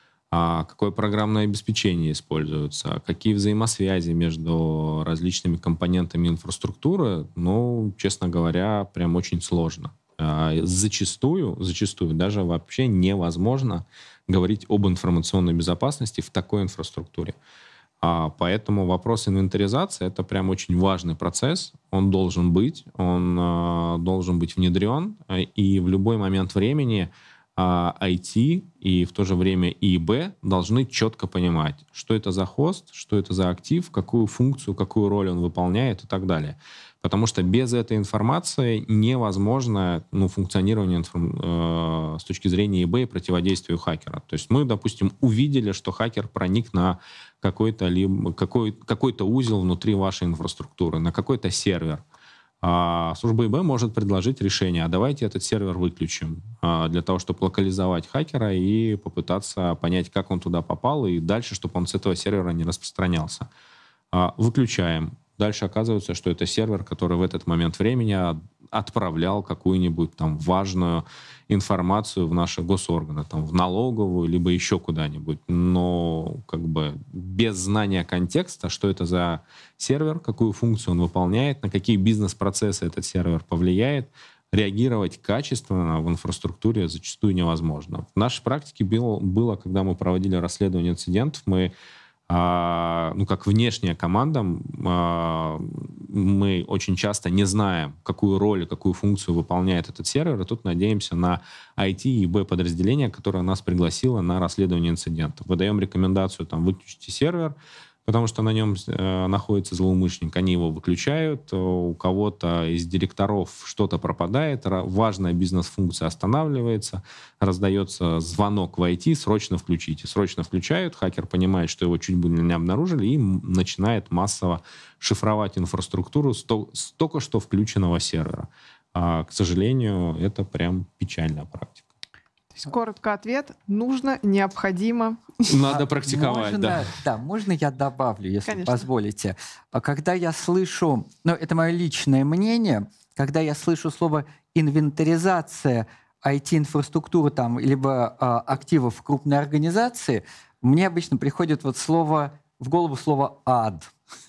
а какое программное обеспечение используется, какие взаимосвязи между различными компонентами инфраструктуры, ну, честно говоря, прям очень сложно. Зачастую, зачастую даже вообще невозможно говорить об информационной безопасности в такой инфраструктуре. А поэтому вопрос инвентаризации — это прям очень важный процесс. Он должен быть, он э, должен быть внедрен, и в любой момент времени ай ти и в то же время и и би должны четко понимать, что это за хост, что это за актив, какую функцию, какую роль он выполняет и так далее. Потому что без этой информации невозможно, ну, функционирование информ... э, с точки зрения и и би и противодействию хакера. То есть мы, допустим, увидели, что хакер проник на какой-то, либо, какой, какой-то узел внутри вашей инфраструктуры, на какой-то сервер. А служба и и би может предложить решение: а давайте этот сервер выключим, а, для того, чтобы локализовать хакера и попытаться понять, как он туда попал, и дальше, чтобы он с этого сервера не распространялся. А, выключаем. Дальше оказывается, что это сервер, который в этот момент времени отправлял какую-нибудь там важную информацию в наши госорганы, там, в налоговую, либо еще куда-нибудь. Но как бы без знания контекста, что это за сервер, какую функцию он выполняет, на какие бизнес-процессы этот сервер повлияет, реагировать качественно в инфраструктуре зачастую невозможно. В нашей практике было, было когда мы проводили расследование инцидентов, мы А, ну, как внешняя команда, а, мы очень часто не знаем, какую роль, какую функцию выполняет этот сервер, и тут надеемся на ай ти и и би подразделение, которое нас пригласило на расследование инцидентов. Выдаем рекомендацию, там, выключите сервер, потому что на нем э, находится злоумышленник, они его выключают, у кого-то из директоров что-то пропадает, важная бизнес-функция останавливается, раздается звонок в ай ти: срочно включите. Срочно включают, хакер понимает, что его чуть было не обнаружили, и начинает массово шифровать инфраструктуру с, то, с только что включенного сервера. А, к сожалению, это прям печальная практика. Коротко ответ: нужно, необходимо. Надо практиковать, можно, да. Да, можно я добавлю, если Конечно. позволите. Когда я слышу, ну, это мое личное мнение, когда я слышу слово инвентаризация ай ти-инфраструктуры там, либо а, активов крупной организации, мне обычно приходит вот слово, в голову слово ад.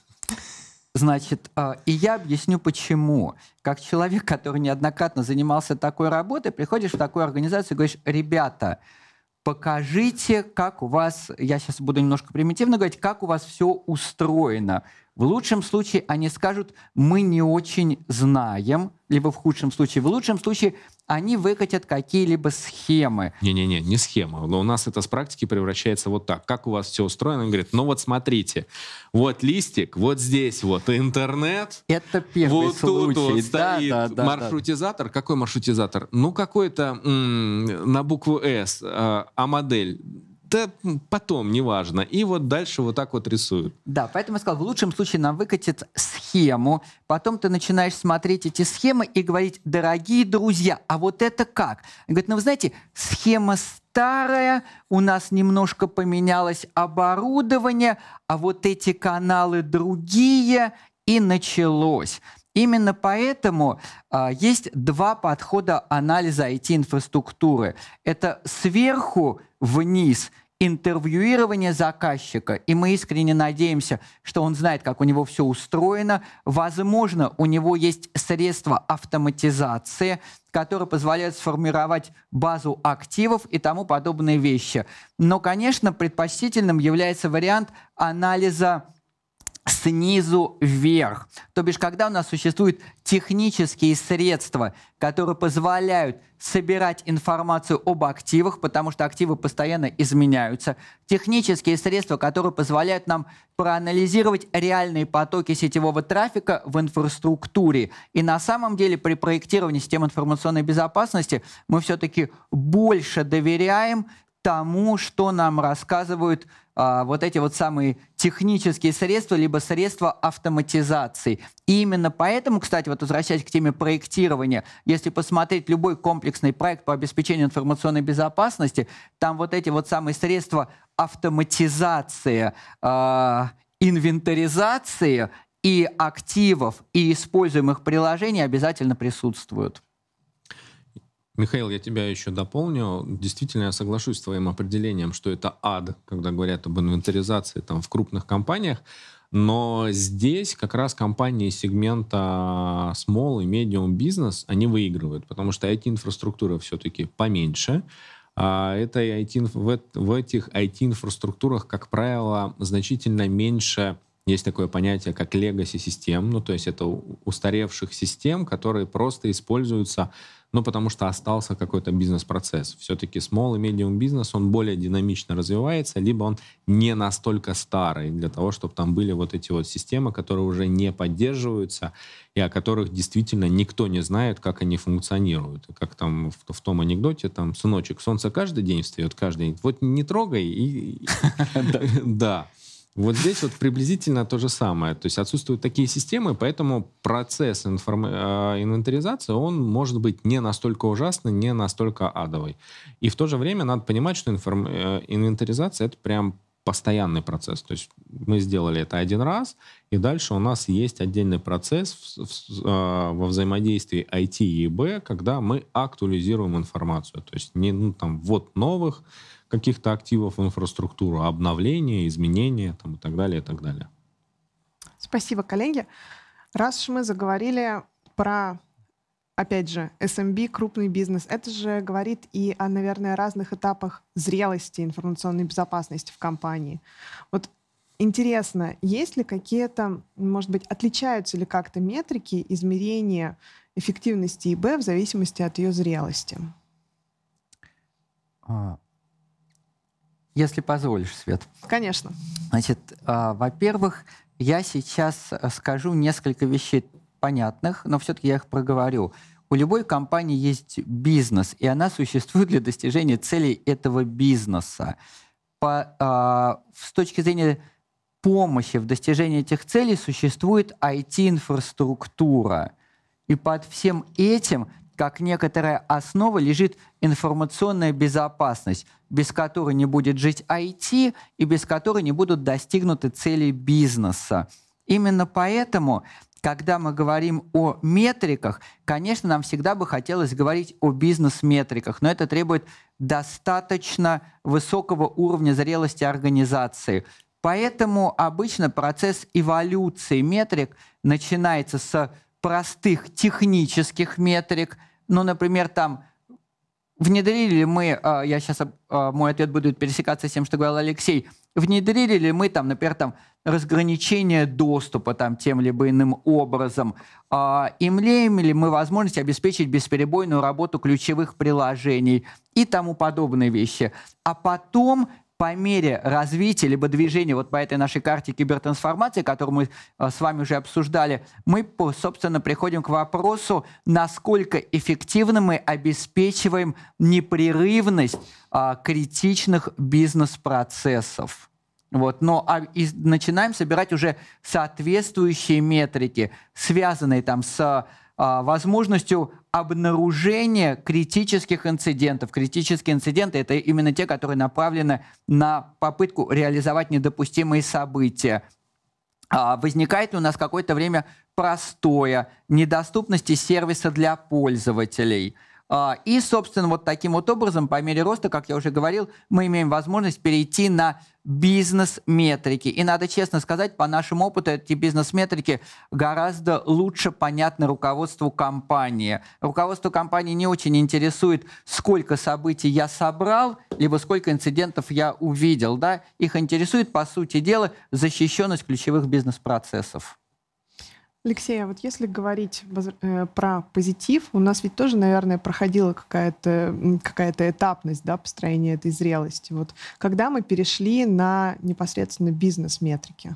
Значит, и я объясню, почему. Как человек, который неоднократно занимался такой работой, приходишь в такую организацию и говоришь: ребята, покажите, как у вас, я сейчас буду немножко примитивно говорить, как у вас все устроено. В лучшем случае они скажут: мы не очень знаем, либо в худшем случае, в лучшем случае они выкатят какие-либо схемы. Не-не-не, не схема. Но у нас это с практики превращается вот так. Как у вас все устроено? Он говорит: ну вот смотрите, вот листик, вот здесь вот интернет. Это первый вот случай. Тут вот да, стоит да, да, маршрутизатор. Да. Какой маршрутизатор? Ну какой-то м- на букву «С», а, а модель... Да потом, неважно. И вот дальше вот так вот рисуют. Да, поэтому я сказал, в лучшем случае нам выкатит схему, потом ты начинаешь смотреть эти схемы и говорить: дорогие друзья, а вот это как? Он говорит: ну вы знаете, схема старая, у нас немножко поменялось оборудование, а вот эти каналы другие, и началось. Именно поэтому а, есть два подхода анализа ай ти-инфраструктуры. Это сверху вниз интервьюирование заказчика. И мы искренне надеемся, что он знает, как у него все устроено. Возможно, у него есть средства автоматизации, которые позволяют сформировать базу активов и тому подобные вещи. Но, конечно, предпочтительным является вариант анализа снизу вверх. То бишь, когда у нас существуют технические средства, которые позволяют собирать информацию об активах, потому что активы постоянно изменяются, технические средства, которые позволяют нам проанализировать реальные потоки сетевого трафика в инфраструктуре. И на самом деле при проектировании систем информационной безопасности мы все-таки больше доверяем тому, что нам рассказывают а, вот эти вот самые технические средства, либо средства автоматизации. И именно поэтому, кстати, вот возвращаясь к теме проектирования, если посмотреть любой комплексный проект по обеспечению информационной безопасности, там вот эти вот самые средства автоматизации, а, инвентаризации и активов, и используемых приложений обязательно присутствуют. Михаил, я тебя еще дополню. Действительно, я соглашусь с твоим определением, что это ад, когда говорят об инвентаризации там, в крупных компаниях. Но здесь как раз компании сегмента small и medium business, они выигрывают, потому что ай ти-инфраструктура все-таки поменьше. А это ай ти, в, в этих ай ти-инфраструктурах, как правило, значительно меньше. Есть такое понятие, как legacy-систем, ну, то есть это устаревших систем, которые просто используются, ну, потому что остался какой-то бизнес-процесс. Все-таки small и medium бизнес, он более динамично развивается, либо он не настолько старый для того, чтобы там были вот эти вот системы, которые уже не поддерживаются и о которых действительно никто не знает, как они функционируют. Как там в, в том анекдоте, там, сыночек, солнце каждый день встает, каждый день. Вот не трогай и... Да. Вот здесь вот приблизительно то же самое. То есть отсутствуют такие системы, поэтому процесс информ... инвентаризации, он может быть не настолько ужасный, не настолько адовый. И в то же время надо понимать, что информ... инвентаризация — это прям постоянный процесс. То есть мы сделали это один раз, и дальше у нас есть отдельный процесс в... В... во взаимодействии ай ти и и би, когда мы актуализируем информацию. То есть не ну, там, ввод новых каких-то активов в инфраструктуру, обновления, изменения там, и так далее, и так далее. Спасибо, коллеги. Раз уж мы заговорили про, опять же, эс эм би, крупный бизнес, это же говорит и о, наверное, разных этапах зрелости информационной безопасности в компании. Вот интересно, есть ли какие-то, может быть, отличаются ли как-то метрики измерения эффективности и би в зависимости от ее зрелости? Если позволишь, Свет. Конечно. Значит, э, во-первых, я сейчас скажу несколько вещей понятных, но все-таки я их проговорю. У любой компании есть бизнес, и она существует для достижения целей этого бизнеса. По, э, с точки зрения помощи в достижении этих целей существует ай ти-инфраструктура. И под всем этим, как некоторая основа, лежит информационная безопасность, без которой не будет жить ай ти и без которой не будут достигнуты цели бизнеса. Именно поэтому, когда мы говорим о метриках, конечно, нам всегда бы хотелось говорить о бизнес-метриках, но это требует достаточно высокого уровня зрелости организации. Поэтому обычно процесс эволюции метрик начинается с простых технических метрик. Ну, например, там внедрили ли мы, я сейчас, мой ответ будет пересекаться с тем, что говорил Алексей, внедрили ли мы, там, например, там, разграничение доступа там, тем либо иным образом, имеем ли мы возможность обеспечить бесперебойную работу ключевых приложений и тому подобные вещи. А потом, по мере развития либо движения вот по этой нашей карте кибертрансформации, которую мы э, с вами уже обсуждали, мы, собственно, приходим к вопросу, насколько эффективно мы обеспечиваем непрерывность э, критичных бизнес-процессов. Вот. Но а, и начинаем собирать уже соответствующие метрики, связанные там с возможностью обнаружения критических инцидентов. Критические инциденты — это именно те, которые направлены на попытку реализовать недопустимые события. Возникает ли у нас какое-то время простое, недоступности сервиса для пользователей, А, И, собственно, вот таким вот образом, по мере роста, как я уже говорил, мы имеем возможность перейти на бизнес-метрики. И надо честно сказать, по нашему опыту, эти бизнес-метрики гораздо лучше понятны руководству компании. Руководство компании не очень интересует, сколько событий я собрал, либо сколько инцидентов я увидел. Да? Их интересует, по сути дела, защищенность ключевых бизнес-процессов. Алексей, а вот если говорить воз- э, про позитив, у нас ведь тоже, наверное, проходила какая-то м, какая-то этапность, да, построения этой зрелости. Вот когда мы перешли на непосредственно бизнес-метрики?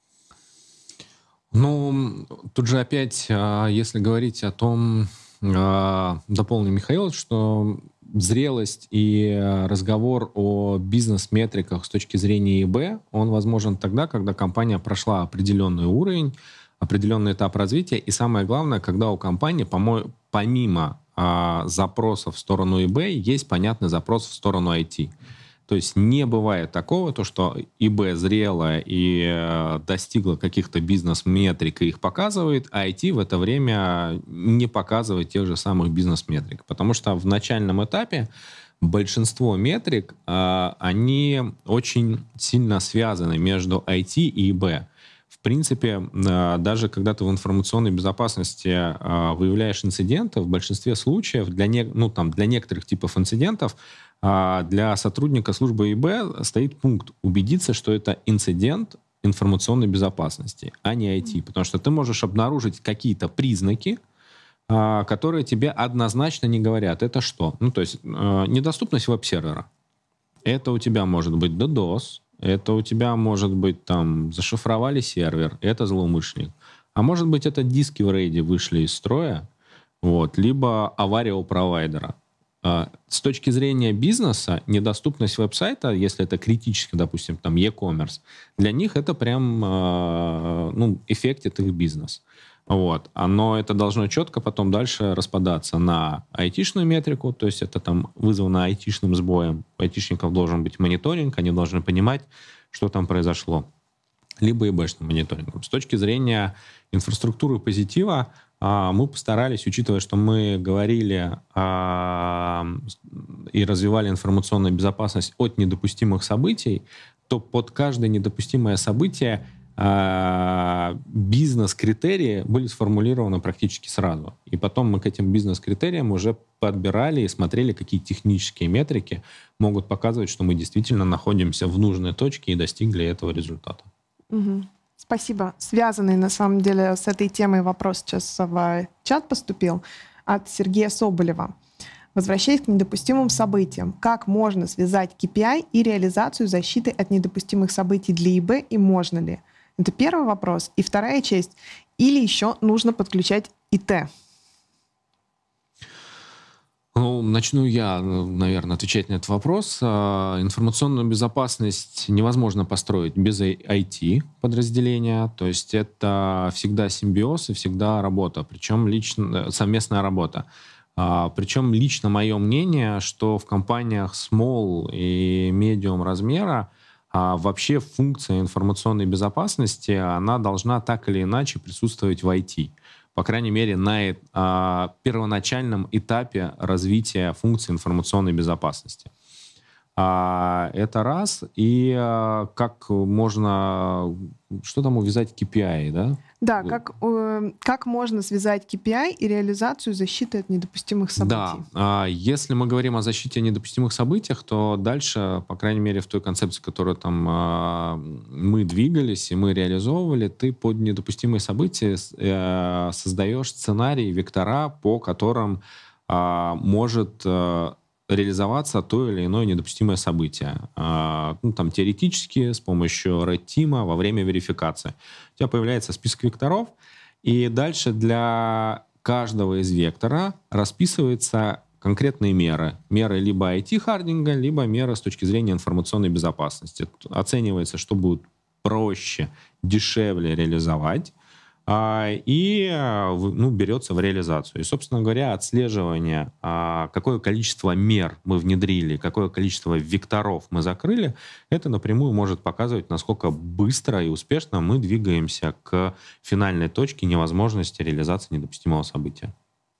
Ну, тут же опять, а, если говорить о том, а, дополню Михаила, что зрелость и а, разговор о бизнес-метриках с точки зрения ИБ, он возможен тогда, когда компания прошла определенный уровень, определенный этап развития, и самое главное, когда у компании, помо- помимо а, запросов в сторону ИБ, есть понятный запрос в сторону ай ти. То есть не бывает такого, то, что ИБ зрелая и э, достигла каких-то бизнес-метрик и их показывает, а ай ти в это время не показывает тех же самых бизнес-метрик. Потому что в начальном этапе большинство метрик, э, они очень сильно связаны между ай ти и ИБ. В принципе, э, даже когда ты в информационной безопасности э, выявляешь инциденты, в большинстве случаев для, не, ну, там, для некоторых типов инцидентов а для сотрудника службы ИБ стоит пункт убедиться, что это инцидент информационной безопасности, а не ай ти. Потому что ты можешь обнаружить какие-то признаки, а, которые тебе однозначно не говорят. Это что? Ну, то есть э, недоступность веб-сервера. Это у тебя может быть DDoS, это у тебя может быть там зашифровали сервер, это злоумышленник. А может быть это диски в рейде вышли из строя, вот, либо авария у провайдера. С точки зрения бизнеса, недоступность веб-сайта, если это критически, допустим, там e-commerce, для них это прям ну, эффектит их бизнес. Вот. Но это должно четко потом дальше распадаться на айтишную метрику, то есть это там вызвано айтишным сбоем. У айтишников должен быть мониторинг, они должны понимать, что там произошло. Либо ИБшным мониторингом. С точки зрения инфраструктуры позитива, мы постарались, учитывая, что мы говорили а, и развивали информационную безопасность от недопустимых событий, то под каждое недопустимое событие а, бизнес-критерии были сформулированы практически сразу. И потом мы к этим бизнес-критериям уже подбирали и смотрели, какие технические метрики могут показывать, что мы действительно находимся в нужной точке и достигли этого результата. Угу. Спасибо. Связанный, на самом деле, с этой темой вопрос сейчас в чат поступил от Сергея Соболева. Возвращаясь к недопустимым событиям, как можно связать кей пи ай и реализацию защиты от недопустимых событий для ИБ, и можно ли? Это первый вопрос. И вторая часть. Или еще нужно подключать ИТ? Ну, начну я, наверное, отвечать на этот вопрос. Информационную безопасность невозможно построить без ай ти-подразделения. То есть это всегда симбиоз и всегда работа, причем лично, совместная работа. Причем лично мое мнение, что в компаниях small и medium размера вообще функция информационной безопасности, она должна так или иначе присутствовать в ай ти. По крайней мере, на а, первоначальном этапе развития функций информационной безопасности. А, это раз. И а, как можно... Что там увязать кей пи ай, да? Да, как, э, как можно связать кей пи ай и реализацию защиты от недопустимых событий? Да. А, если мы говорим о защите о недопустимых событиях, то дальше, по крайней мере, в той концепции, которую там а, мы двигались и мы реализовывали, ты под недопустимые события э, создаешь сценарий, вектора, по которым а, может... А, реализоваться то или иное недопустимое событие. А, ну, там, теоретически, с помощью Red Team во время верификации. У тебя появляется список векторов, и дальше для каждого из вектора расписываются конкретные меры. Меры либо ай ти-хардинга, либо меры с точки зрения информационной безопасности. Оценивается, что будет проще, дешевле реализовать, и ну, берется в реализацию. И, собственно говоря, отслеживание, какое количество мер мы внедрили, какое количество векторов мы закрыли, это напрямую может показывать, насколько быстро и успешно мы двигаемся к финальной точке невозможности реализации недопустимого события.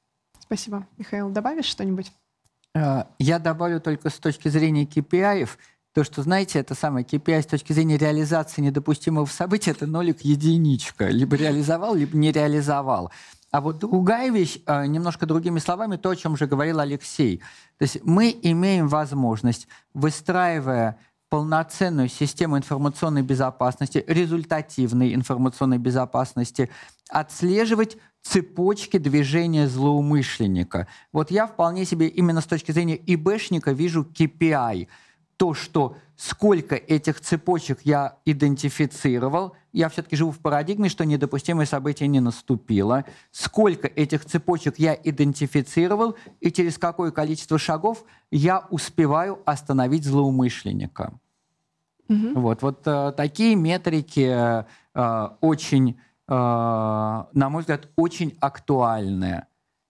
Спасибо. Михаил, добавишь что-нибудь? Я добавлю только с точки зрения кей пи ай-ов, то, что, знаете, это самое кей пи ай с точки зрения реализации недопустимого события, это нолик единичка. Либо реализовал, либо не реализовал. А вот другая вещь, немножко другими словами, то, о чем же говорил Алексей. То есть мы имеем возможность, выстраивая полноценную систему информационной безопасности, результативной информационной безопасности, отслеживать цепочки движения злоумышленника. Вот я вполне себе именно с точки зрения ИБшника вижу кей пи ай. То, что сколько этих цепочек я идентифицировал, я все-таки живу в парадигме, что недопустимое событие не наступило, сколько этих цепочек я идентифицировал и через какое количество шагов я успеваю остановить злоумышленника. Mm-hmm. Вот, вот э, такие метрики э, очень, э, на мой взгляд, очень актуальные.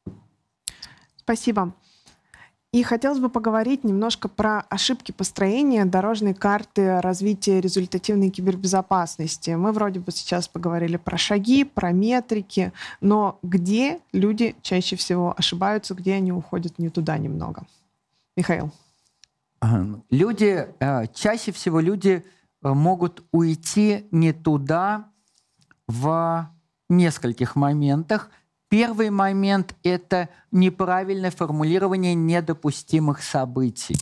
Спасибо. И хотелось бы поговорить немножко про ошибки построения дорожной карты развития результативной кибербезопасности. Мы вроде бы сейчас поговорили про шаги, про метрики, но где люди чаще всего ошибаются, где они уходят не туда немного? Михаил. Люди, чаще всего люди могут уйти не туда в нескольких моментах. Первый момент — это неправильное формулирование недопустимых событий.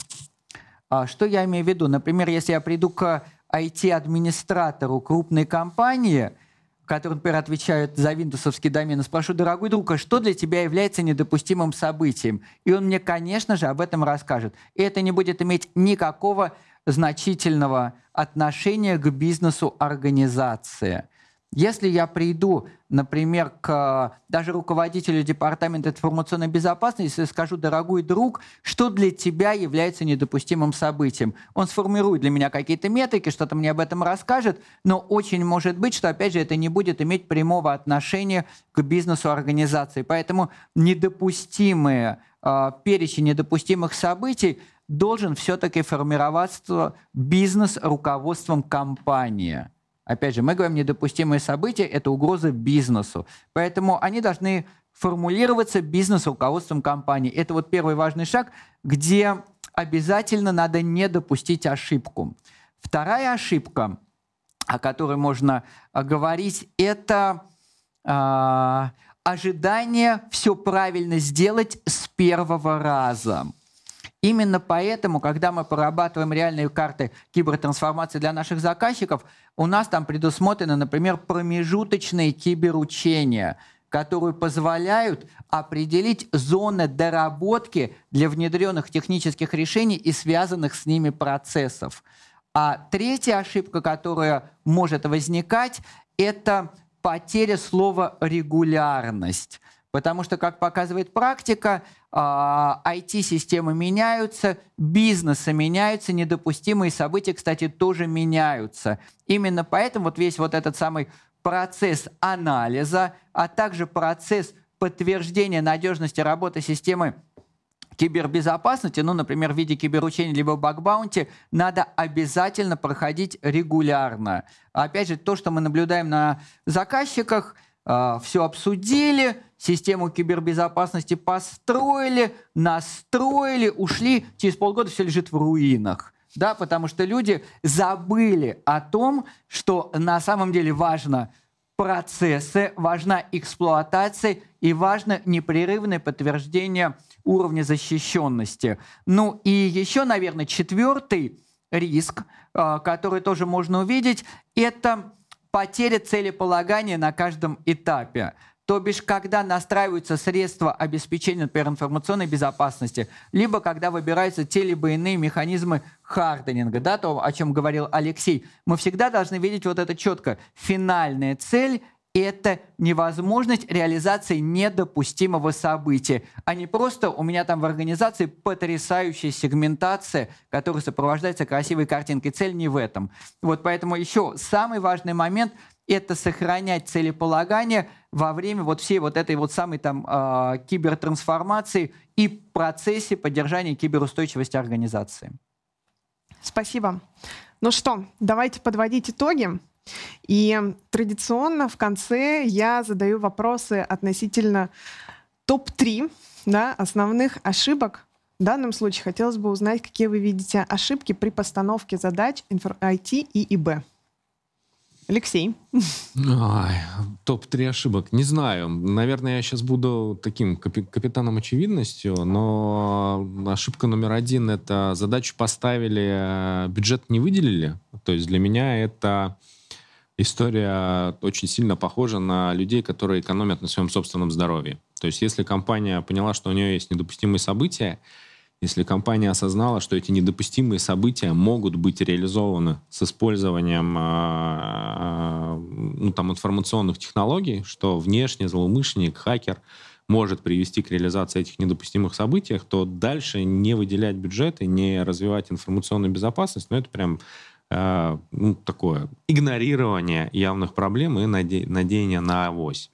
Что я имею в виду? Например, если я приду к ай ти-администратору крупной компании, который, например, отвечает за виндовсовский домен, и спрошу: дорогой друг, а что для тебя является недопустимым событием? И он мне, конечно же, об этом расскажет. И это не будет иметь никакого значительного отношения к бизнесу организации. Если я приду, например, к даже руководителю департамента информационной безопасности и скажу: дорогой друг, что для тебя является недопустимым событием? Он сформирует для меня какие-то метрики, что-то мне об этом расскажет, но очень может быть, что, опять же, это не будет иметь прямого отношения к бизнесу организации. Поэтому недопустимые, э, перечень недопустимых событий должен все-таки формироваться бизнес-руководством компании. Опять же, мы говорим, недопустимые события — это угроза бизнесу. Поэтому они должны формулироваться бизнес-руководством компании. Это вот первый важный шаг, где обязательно надо не допустить ошибку. Вторая ошибка, о которой можно говорить, это э, ожидание все правильно сделать с первого раза. Именно поэтому, когда мы прорабатываем реальные карты кибертрансформации для наших заказчиков, у нас там предусмотрены, например, промежуточные киберучения, которые позволяют определить зоны доработки для внедренных технических решений и связанных с ними процессов. А третья ошибка, которая может возникать, это потеря слова «регулярность». Потому что, как показывает практика, ай ти-системы меняются, бизнесы меняются, недопустимые события, кстати, тоже меняются. Именно поэтому вот весь вот этот самый процесс анализа, а также процесс подтверждения надежности работы системы кибербезопасности, ну, например, в виде киберучения либо баг-баунти, надо обязательно проходить регулярно. Опять же, то, что мы наблюдаем на заказчиках, все обсудили, систему кибербезопасности построили, настроили, ушли, через полгода все лежит в руинах. Да, потому что люди забыли о том, что на самом деле важно процессы, важна эксплуатация и важно непрерывное подтверждение уровня защищенности. Ну и еще, наверное, четвертый риск, который тоже можно увидеть, это потеря целеполагания на каждом этапе. То бишь, когда настраиваются средства обеспечения, например, информационной безопасности, либо когда выбираются те либо иные механизмы харденинга, да, то, о чем говорил Алексей, мы всегда должны видеть вот это четко. Финальная цель — это невозможность реализации недопустимого события, а не просто у меня там в организации потрясающая сегментация, которая сопровождается красивой картинкой. Цель не в этом. Вот поэтому еще самый важный момент — это сохранять целеполагание во время вот всей вот этой вот самой там э, кибертрансформации и процессе поддержания киберустойчивости организации. Спасибо. Ну что, давайте подводить итоги. И традиционно в конце я задаю вопросы относительно топ три да, основных ошибок. В данном случае хотелось бы узнать, какие вы видите ошибки при постановке задач ай ти и и бэ. Алексей. Ой, топ три ошибок. Не знаю. Наверное, я сейчас буду таким капи- капитаном очевидностью, но ошибка номер один — это задачу поставили, бюджет не выделили. То есть для меня это история очень сильно похожа на людей, которые экономят на своем собственном здоровье. То есть если компания поняла, что у нее есть недопустимые события, если компания осознала, что эти недопустимые события могут быть реализованы с использованием ну, там, информационных технологий, что внешне злоумышленник, хакер может привести к реализации этих недопустимых событий, то дальше не выделять бюджеты, не развивать информационную безопасность, ну, это прям э, ну, такое игнорирование явных проблем и наде- надеяние на авось.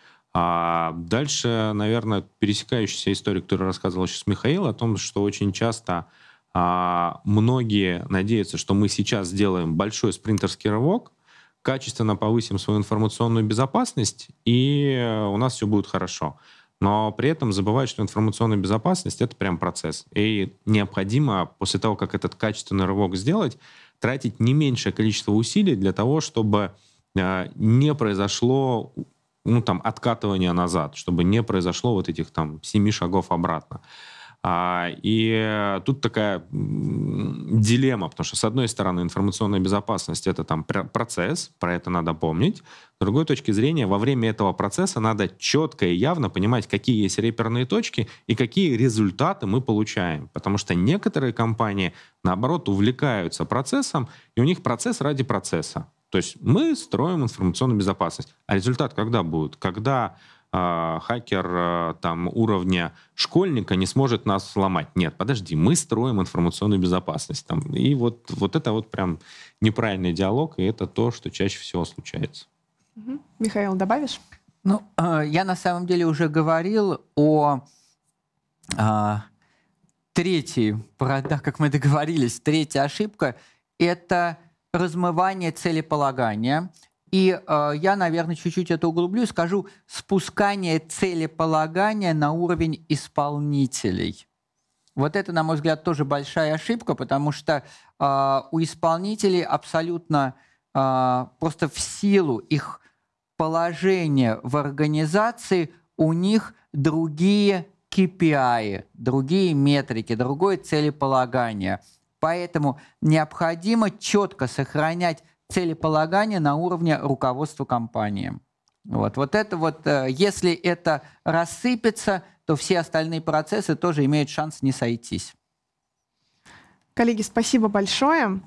А дальше, наверное, пересекающаяся история, которую рассказывал сейчас Михаил, о том, что очень часто а, многие надеются, что мы сейчас сделаем большой спринтерский рывок, качественно повысим свою информационную безопасность, и у нас все будет хорошо. Но при этом забывают, что информационная безопасность — это прям процесс. И необходимо после того, как этот качественный рывок сделать, тратить не меньшее количество усилий для того, чтобы а, не произошло ну, там, откатывание назад, чтобы не произошло вот этих там семи шагов обратно. А, и тут такая дилемма, потому что, с одной стороны, информационная безопасность — это там процесс, про это надо помнить. С другой точки зрения, во время этого процесса надо четко и явно понимать, какие есть реперные точки и какие результаты мы получаем. Потому что некоторые компании, наоборот, увлекаются процессом, и у них процесс ради процесса. То есть мы строим информационную безопасность. А результат когда будет? Когда э, хакер э, там, уровня школьника не сможет нас сломать. Нет, подожди, мы строим информационную безопасность. Там, и вот, вот это вот прям неправильный диалог, и это то, что чаще всего случается. Угу. Михаил, добавишь? Ну, э, я на самом деле уже говорил о э, третьей, да, как мы договорились, третья ошибка — это размывание целеполагания. И э, я, наверное, чуть-чуть это углублю и скажу: спускание целеполагания на уровень исполнителей. Вот это, на мой взгляд, тоже большая ошибка, потому что э, у исполнителей абсолютно э, просто в силу их положения в организации у них другие кей пи ай, другие метрики, другое целеполагание. Поэтому необходимо четко сохранять целеполагание на уровне руководства компании. Вот, вот это вот, если это рассыпется, то все остальные процессы тоже имеют шанс не сойтись. Коллеги, спасибо большое.